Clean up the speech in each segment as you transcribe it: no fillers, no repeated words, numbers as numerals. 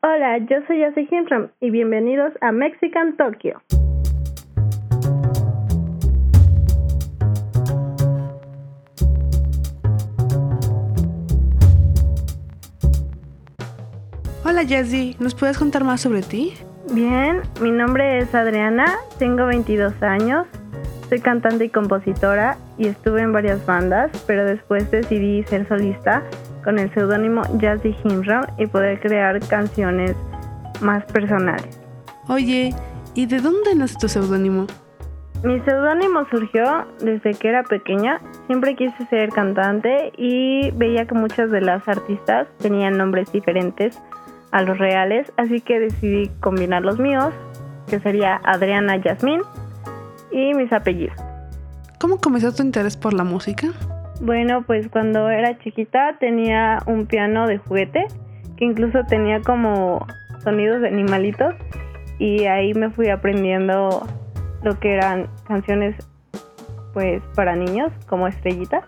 Hola, yo soy Yassi Himram y bienvenidos a Mexican Tokyo. Hola Yassi, ¿nos puedes contar más sobre ti? Bien, mi nombre es Adriana, tengo 22 años, soy cantante y compositora y estuve en varias bandas, pero después decidí ser solista con el seudónimo Yassi Himram y poder crear canciones más personales. Oye, ¿y de dónde nace tu seudónimo? Mi seudónimo surgió desde que era pequeña. Siempre quise ser cantante y veía que muchas de las artistas tenían nombres diferentes a los reales, así que decidí combinar los míos, que sería Adriana Yasmín, y mis apellidos. ¿Cómo comenzó tu interés por la música? Bueno, pues cuando era chiquita tenía un piano de juguete que incluso tenía como sonidos de animalitos y ahí me fui aprendiendo lo que eran canciones pues para niños como Estrellita,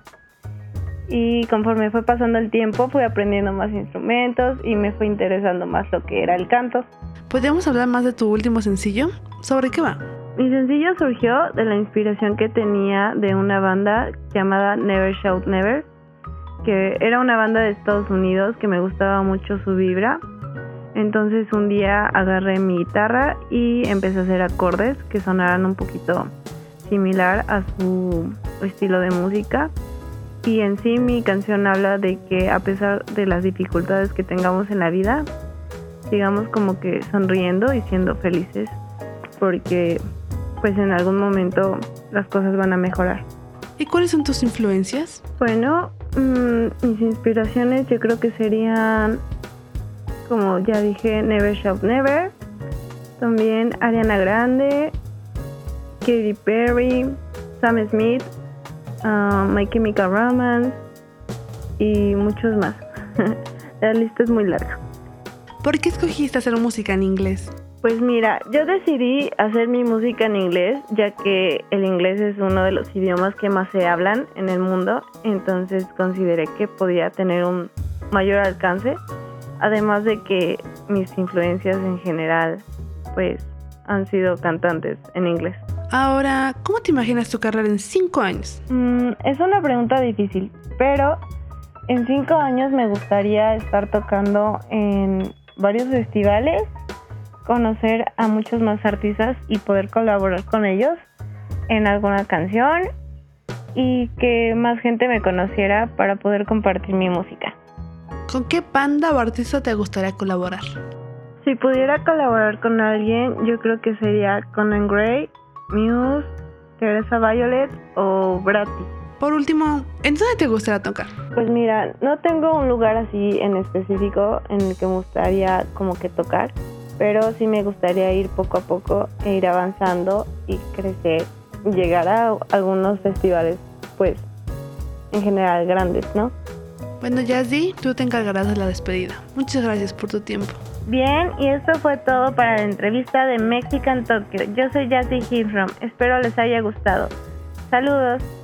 y conforme fue pasando el tiempo fui aprendiendo más instrumentos y me fue interesando más lo que era el canto. ¿Podríamos hablar más de tu último sencillo? ¿Sobre qué va? Mi sencillo surgió de la inspiración que tenía de una banda llamada Never Shout Never, que era una banda de Estados Unidos que me gustaba mucho su vibra. Entonces un día agarré mi guitarra y empecé a hacer acordes que sonaran un poquito similar a su estilo de música. Y en sí mi canción habla de que a pesar de las dificultades que tengamos en la vida, sigamos como que sonriendo y siendo felices, porque pues en algún momento las cosas van a mejorar. ¿Y cuáles son tus influencias? Bueno, mis inspiraciones yo creo que serían, como ya dije, Never Shout Never, también Ariana Grande, Katy Perry, Sam Smith, My Chemical Romance y muchos más. La lista es muy larga. ¿Por qué escogiste hacer música en inglés? Pues mira, yo decidí hacer mi música en inglés, ya que el inglés es uno de los idiomas que más se hablan en el mundo, entonces consideré que podía tener un mayor alcance, además de que mis influencias en general, pues, han sido cantantes en inglés. Ahora, ¿cómo te imaginas tu carrera en 5 años? Es una pregunta difícil, pero en 5 años me gustaría estar tocando en varios festivales, conocer a muchos más artistas y poder colaborar con ellos en alguna canción y que más gente me conociera para poder compartir mi música. ¿Con qué banda o artista te gustaría colaborar? Si pudiera colaborar con alguien, yo creo que sería Conan Gray, Muse, Teresa Violet o Bratty. Por último, ¿en dónde te gustaría tocar? Pues mira, no tengo un lugar así en específico en el que me gustaría como que tocar, pero sí me gustaría ir poco a poco e ir avanzando y crecer, llegar a algunos festivales, pues, en general grandes, ¿no? Bueno, Yassi, tú te encargarás de la despedida. Muchas gracias por tu tiempo. Bien, y esto fue todo para la entrevista de Mexican Tokyo. Yo soy Yassi Himram. Espero les haya gustado. Saludos.